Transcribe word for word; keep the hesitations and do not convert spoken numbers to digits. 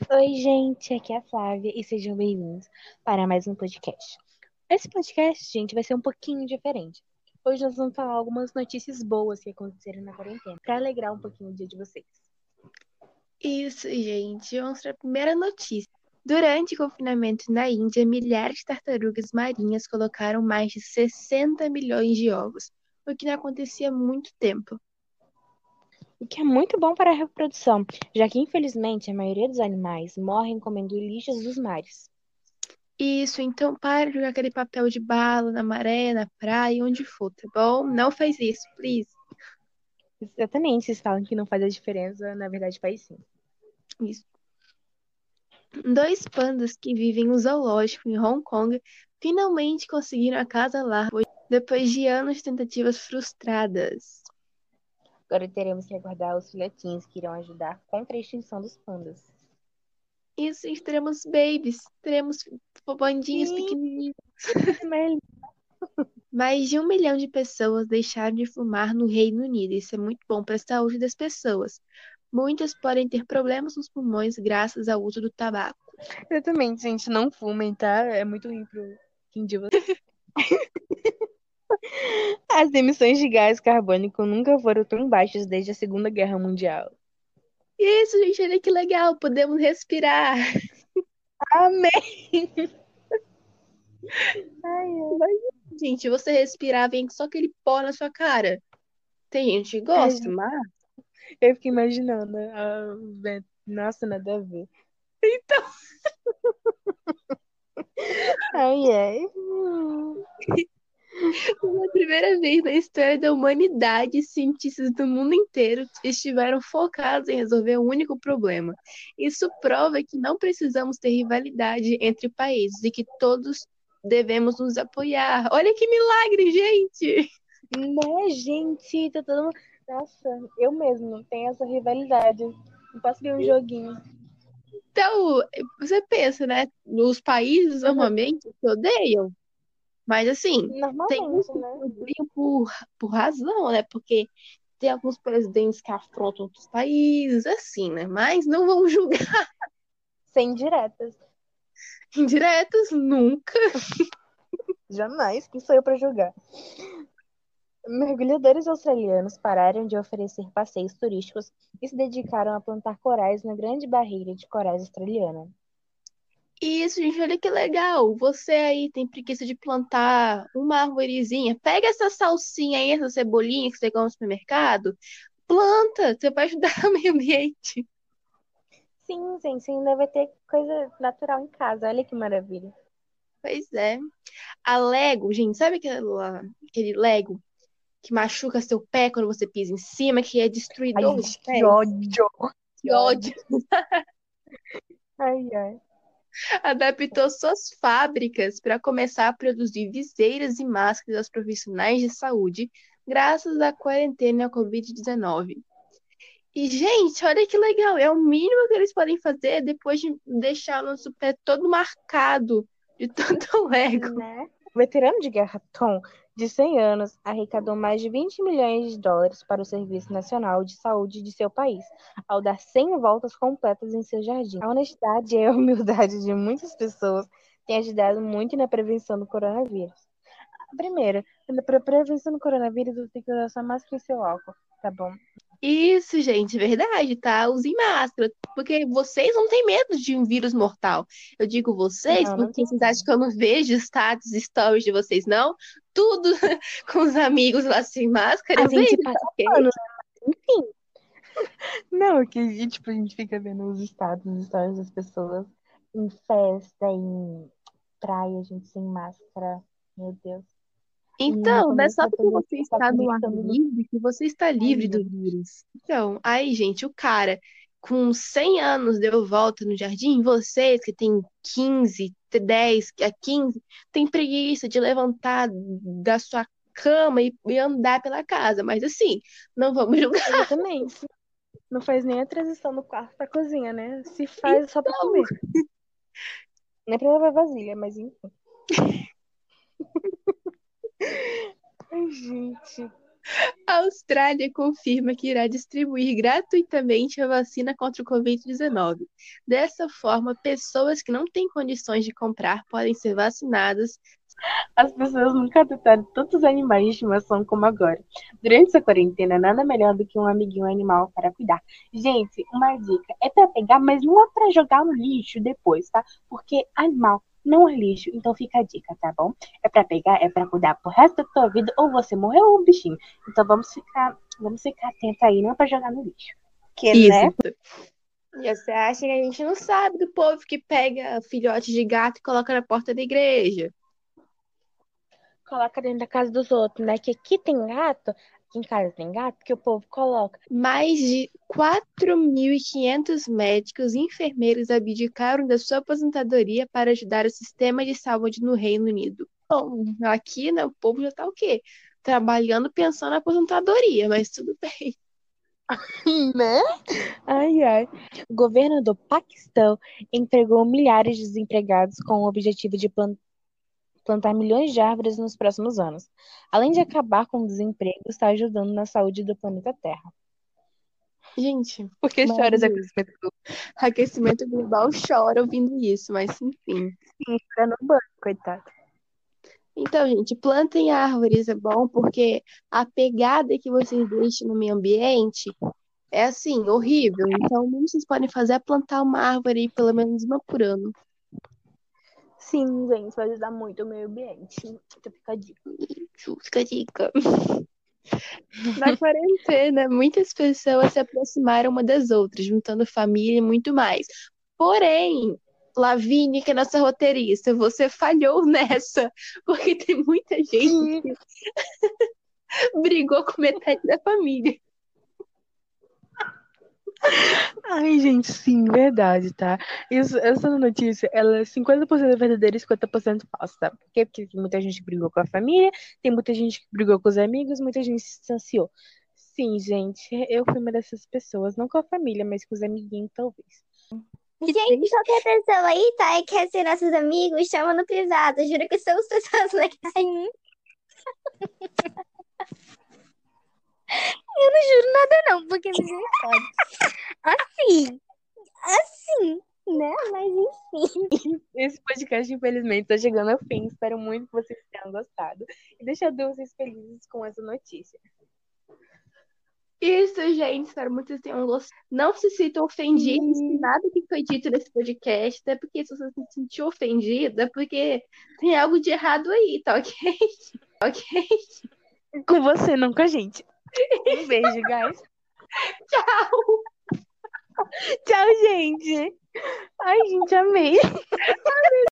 Oi, gente, aqui é a Flávia e sejam bem-vindos para mais um podcast. Esse podcast, gente, vai ser um pouquinho diferente. Hoje nós vamos falar algumas notícias boas que aconteceram na quarentena, para alegrar um pouquinho o dia de vocês. Isso, gente. Vamos para a primeira notícia. Durante o confinamento na Índia, milhares de tartarugas marinhas colocaram mais de sessenta milhões de ovos, o que não acontecia há muito tempo. O que é muito bom para a reprodução, já que infelizmente a maioria dos animais morrem comendo lixos dos mares. Isso, então para de jogar aquele papel de bala na maré, na praia, onde for, tá bom? Não faz isso, please. Exatamente, vocês falam que não faz a diferença, na verdade faz sim. Isso. Dois pandas que vivem no zoológico em Hong Kong finalmente conseguiram acasalar depois de anos de tentativas frustradas. Agora teremos que aguardar os filhotinhos que irão ajudar contra a extinção dos pandas. Isso, e teremos babies, teremos bandinhos Sim, pequenininhos. mas Mais de um milhão de pessoas deixaram de fumar no Reino Unido. Isso é muito bom para a saúde das pessoas. Muitas podem ter problemas nos pulmões graças ao uso do tabaco. exatamente, gente, não fumem, tá? É muito ruim pro fim de vocês. As emissões de gás carbônico nunca foram tão baixas desde a Segunda Guerra Mundial. Isso, gente, olha que legal, podemos respirar. Amém! Ai, Mas, gente, você respirar, vem só aquele pó na sua cara. Tem gente que ai, gosta, mas. eu fiquei imaginando. Ah, vento. Nossa, nada a ver. Então, Ai, ai. Hum. pela primeira vez na história da humanidade, cientistas do mundo inteiro estiveram focados em resolver um único problema. Isso prova que não precisamos ter rivalidade entre países e que todos devemos nos apoiar. Olha que milagre, gente! Né, gente? Tá todo mundo... Nossa, eu mesmo não tenho essa rivalidade. Não posso ver um joguinho. Então, você pensa, né? Os países normalmente se odeiam, mas assim, tem uns Normalmente, que né? se odeiam por, por razão, né? Porque tem alguns presidentes que afrontam outros países, assim, né? Mas não vamos julgar Sem diretas. indiretos nunca. Jamais. Quem sou eu pra julgar? Mergulhadores australianos pararam de oferecer passeios turísticos e se dedicaram a plantar corais na Grande Barreira de Corais Australiana. Isso, gente, olha que legal. Você aí tem preguiça de plantar uma arvorezinha. Pega essa salsinha aí, essa cebolinha que você compra no supermercado, planta, você vai ajudar o meio ambiente. Sim, gente, você ainda vai ter coisa natural em casa. Olha que maravilha. Pois é. A Lego, gente, sabe aquele, lá- aquele Lego que machuca seu pé quando você pisa em cima, que é Ai, destruidor de gente, que pés? ódio. Que Que ódio. ódio. Ai, ai. Adaptou suas fábricas para começar a produzir viseiras e máscaras aos profissionais de saúde, graças à quarentena e à covid dezenove. E, gente, olha que legal, é o mínimo que eles podem fazer depois de deixar o nosso pé todo marcado de tanto Lego. Né? O veterano de guerra Tom, de cem anos, arrecadou mais de vinte milhões de dólares para o Serviço Nacional de Saúde de seu país, ao dar cem voltas completas em seu jardim. A honestidade e a humildade de muitas pessoas têm ajudado muito na prevenção do coronavírus. Primeiro, para a prevenção do coronavírus, você tem que usar só máscara e seu álcool, tá bom? Isso, gente, verdade, tá? Usem máscara, porque vocês não têm medo de um vírus mortal. Eu digo vocês Não, não porque tem. vocês acham que eu não vejo status, stories de vocês, não? Tudo com os amigos lá sem máscara, A eu vejo, gente tá passa ok? pano, né? Enfim. Não, que tipo, a gente fica vendo os status, os stories das pessoas em festa, em praia, gente sem máscara. Meu Deus. E no Então, não é começo só da porque pandemia, você tá está no ar gritando no. livre que você está Ai, livre do gente. vírus. Então, aí, gente, o cara com cem anos deu volta no jardim, vocês que têm quinze, dez, a quinze, tem preguiça de levantar da sua cama e, e andar pela casa. Mas assim, não vamos julgar. Exatamente. Não faz nem a transição do quarto pra cozinha, né? Se faz é só pra Então, comer. Nem pra lavar vasilha, mas enfim. Ai, gente. A Austrália confirma que irá distribuir gratuitamente a vacina contra o covid dezenove. Dessa forma, pessoas que não têm condições de comprar podem ser vacinadas. As pessoas nunca adotaram tantos animais de estimação como agora. Durante essa quarentena, nada melhor do que um amiguinho animal para cuidar. Gente, uma dica é para pegar, mas não é para jogar no lixo depois, tá? Porque animal não é lixo, então fica a dica, tá bom? É para pegar, é para cuidar pro resto da tua vida, ou você morreu ou um bichinho. Então vamos ficar, vamos ficar atento aí, não é para jogar no lixo. Que, Isso. né? E você acha que a gente não sabe do povo que pega filhote de gato e coloca na porta da igreja? Coloca dentro da casa dos outros, né? Que aqui tem gato, aqui em casa tem gato, que o povo coloca. Mais de quatro mil e quinhentos médicos e enfermeiros abdicaram da sua aposentadoria para ajudar o sistema de saúde no Reino Unido. Bom, aqui, né, o povo já tá o quê? Trabalhando pensando na aposentadoria, mas tudo bem. Né? Ai, ai. O governo do Paquistão empregou milhares de desempregados com o objetivo de plan- plantar milhões de árvores nos próximos anos. Além de acabar com o desemprego, está ajudando na saúde do planeta Terra. Gente, Por que chora de maravilhoso. aquecimento global? Aquecimento global chora ouvindo isso, mas enfim. Sim, fica no banco, coitado. Então, gente, plantem árvores é bom porque a pegada que vocês deixam no meio ambiente é assim, horrível. Então, o que vocês podem fazer é plantar uma árvore aí, pelo menos uma por ano. Sim, gente, vai ajudar muito o meio ambiente. Então fica a dica. Fica a dica. Na quarentena, muitas pessoas se aproximaram uma das outras, juntando família e muito mais. Porém, Lavínia, que é nossa roteirista, você falhou nessa, porque tem muita gente Sim. que brigou com metade da família. Ai, gente, sim, verdade, tá? Isso, essa notícia, ela é cinquenta por cento verdadeira e cinquenta por cento falsa, tá? Por quê? Porque muita gente brigou com a família, tem muita gente que brigou com os amigos, muita gente se distanciou. Sim, gente, eu fui uma dessas pessoas, não com a família, mas com os amiguinhos, talvez. Gente, qualquer pessoa aí, tá? E quer ser nossos amigos, chama no privado. Juro que somos pessoas legais. Eu não juro nada não, porque misericórdia. Assim, assim, né? Mas enfim. Esse podcast, infelizmente, tá chegando ao fim. Espero muito que vocês tenham gostado. E deixa vocês felizes com essa notícia. Isso, gente, espero muito que vocês tenham gostado. Não se sintam ofendidos Sim. com nada que foi dito nesse podcast, até porque se você se sentiu ofendida, é porque tem algo de errado aí, tá ok? Ok? Com você, não com a gente. Um beijo, guys. Tchau! Tchau, gente. Ai, gente, amei.